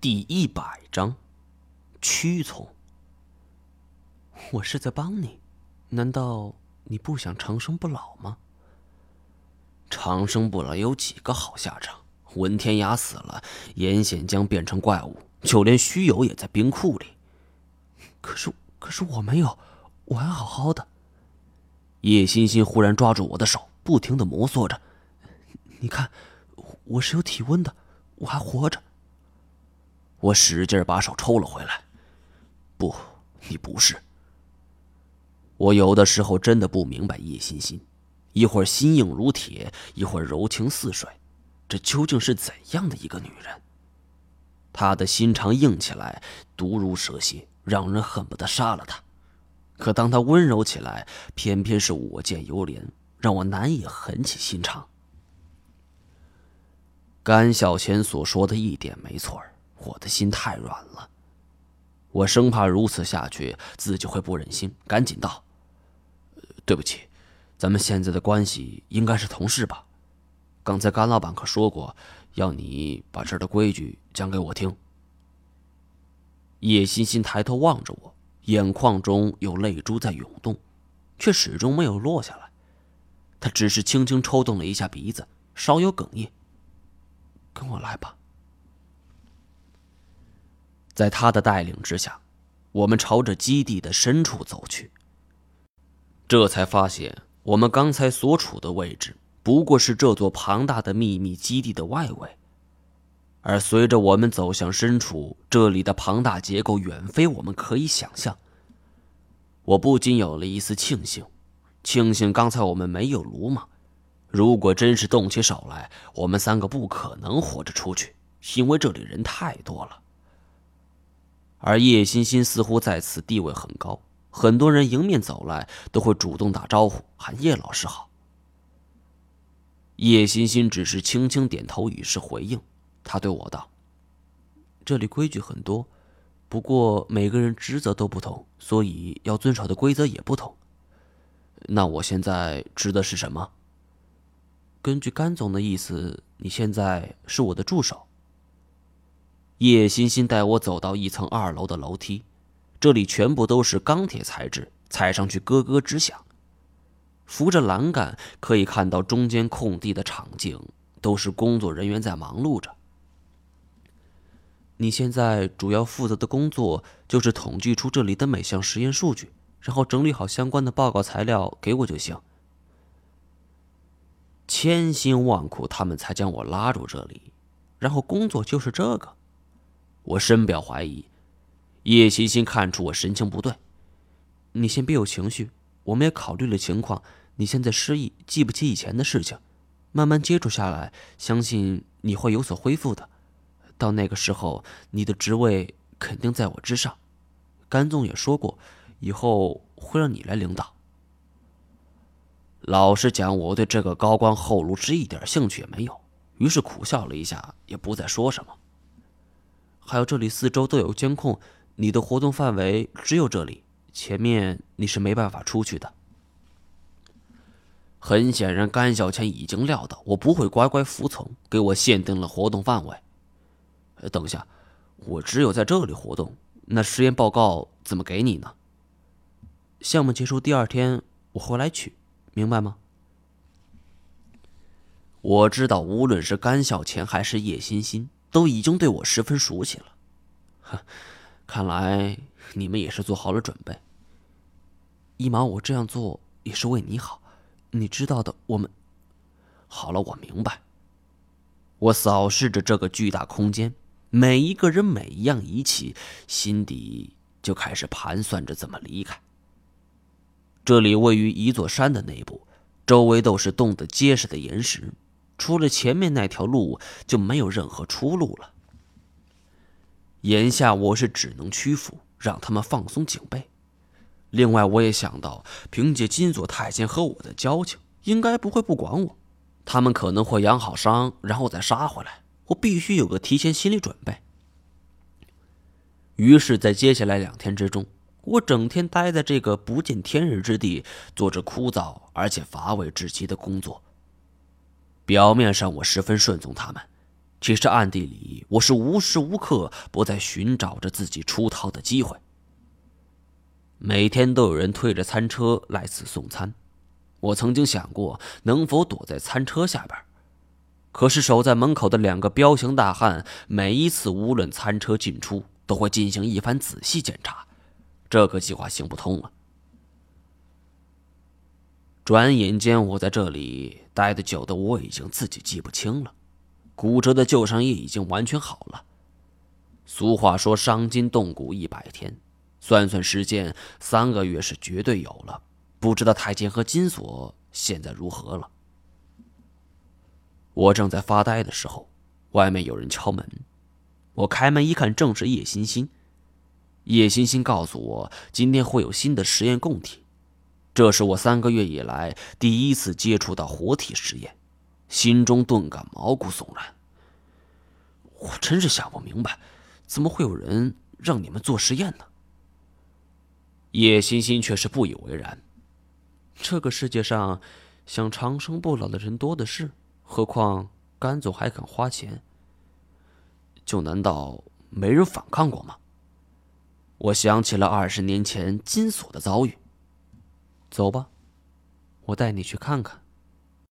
第100章，屈从。 我是在帮你，难道你不想长生不老吗？ 长生不老有几个好下场？文天涯死了，严显江变成怪物，就连虚有也在冰库里。 可是我没有，我还好好的。 叶欣欣忽然抓住我的手，不停地摩挲着。 你看，我是有体温的，我还活着。 我使劲把手抽了回来。不，你不是。我有的时候真的不明白叶欣欣，一会儿心硬如铁，一会儿柔情似水，这究竟是怎样的一个女人？她的心肠硬起来，毒如蛇蝎，让人恨不得杀了她；可当她温柔起来，偏偏是我见犹怜，让我难以狠起心肠。甘小钱所说的一点没错，我的心太软了。我生怕如此下去自己会不忍心，赶紧道：对不起，咱们现在的关系应该是同事吧？刚才甘老板可说过，要你把这儿的规矩讲给我听。叶欣欣抬头望着我，眼眶中有泪珠在涌动，却始终没有落下来。她只是轻轻抽动了一下鼻子，稍有哽咽。 跟我来吧。 在他的带领之下，我们朝着基地的深处走去。这才发现，我们刚才所处的位置不过是这座庞大的秘密基地的外围，而随着我们走向深处，这里的庞大结构远非我们可以想象。我不禁有了一丝庆幸刚才我们没有鲁莽。如果真是动起手来，我们3个不可能活着出去，因为这里人太多了。而叶欣欣似乎在此地位很高，很多人迎面走来都会主动打招呼，喊叶老师好。叶欣欣只是轻轻点头以示回应。他对我道： 这里规矩很多，不过每个人职责都不同，所以要遵守的规则也不同。 那我现在指的是什么？ 根据甘总的意思，你现在是我的助手。 叶欣欣带我走到1层2楼的楼梯，这里全部都是钢铁材质，踩上去咯咯直响。扶着栏杆可以看到中间空地的场景，都是工作人员在忙碌着。 你现在主要负责的工作就是统计出这里的每项实验数据，然后整理好相关的报告材料给我就行。 千辛万苦他们才将我拉入这里，然后工作就是这个？我深表怀疑。叶欣欣看出我神情不对。 你先别有情绪，我们也考虑了情况，你现在失忆，记不起以前的事情，慢慢接触下来，相信你会有所恢复的。到那个时候，你的职位肯定在我之上。甘总也说过，以后会让你来领导。 老实讲，我对这个高官厚禄之一点兴趣也没有，于是苦笑了一下，也不再说什么。 还有这里4周都有监控，你的活动范围只有这里，前面你是没办法出去的。 很显然，甘小钱已经料到我不会乖乖服从，给我限定了活动范围。等一下，我只有在这里活动，那实验报告怎么给你呢？ 项目结束第2天我会来取，明白吗？ 我知道，无论是甘小钱还是叶欣欣，都已经对我十分熟悉了。看来你们也是做好了准备。 1毛我这样做也是为你好，你知道的。我们好了，我明白。我扫视着这个巨大空间，每一个人每一样仪器，心底就开始盘算着怎么离开。这里位于一座山的内部，周围都是冻得结实的岩石，除了前面那条路就没有任何出路了。眼下我是只能屈服，让他们放松警备。另外我也想到，凭借金锁太监和我的交情，应该不会不管我，他们可能会养好伤然后再杀回来，我必须有个提前心理准备。于是在接下来2天之中，我整天待在这个不见天日之地，做着枯燥而且乏味至极的工作。表面上我十分顺从他们， 其实暗地里，我是无时无刻不在寻找着自己出逃的机会。每天都有人推着餐车来此送餐，我曾经想过能否躲在餐车下边，可是守在门口的2个彪形大汉，每一次无论餐车进出，都会进行一番仔细检查，这个计划行不通了。转眼间，我在这里待得久的我已经自己记不清了，骨折的旧伤也已经完全好了。俗话说伤筋动骨100天，算算时间，3个月是绝对有了。不知道太监和金锁现在如何了。我正在发呆的时候，外面有人敲门。我开门一看，正是叶欣欣。叶欣欣告诉我，今天会有新的实验供体，这是我3个月以来第一次接触到活体实验，心中顿感毛骨悚然。我真是想不明白，怎么会有人让你们做实验呢？叶欣欣却是不以为然。 这个世界上想长生不老的人多的是，何况甘总还肯花钱。 就难道没人反抗过吗？我想起了20年前金锁的遭遇。 走吧，我带你去看看。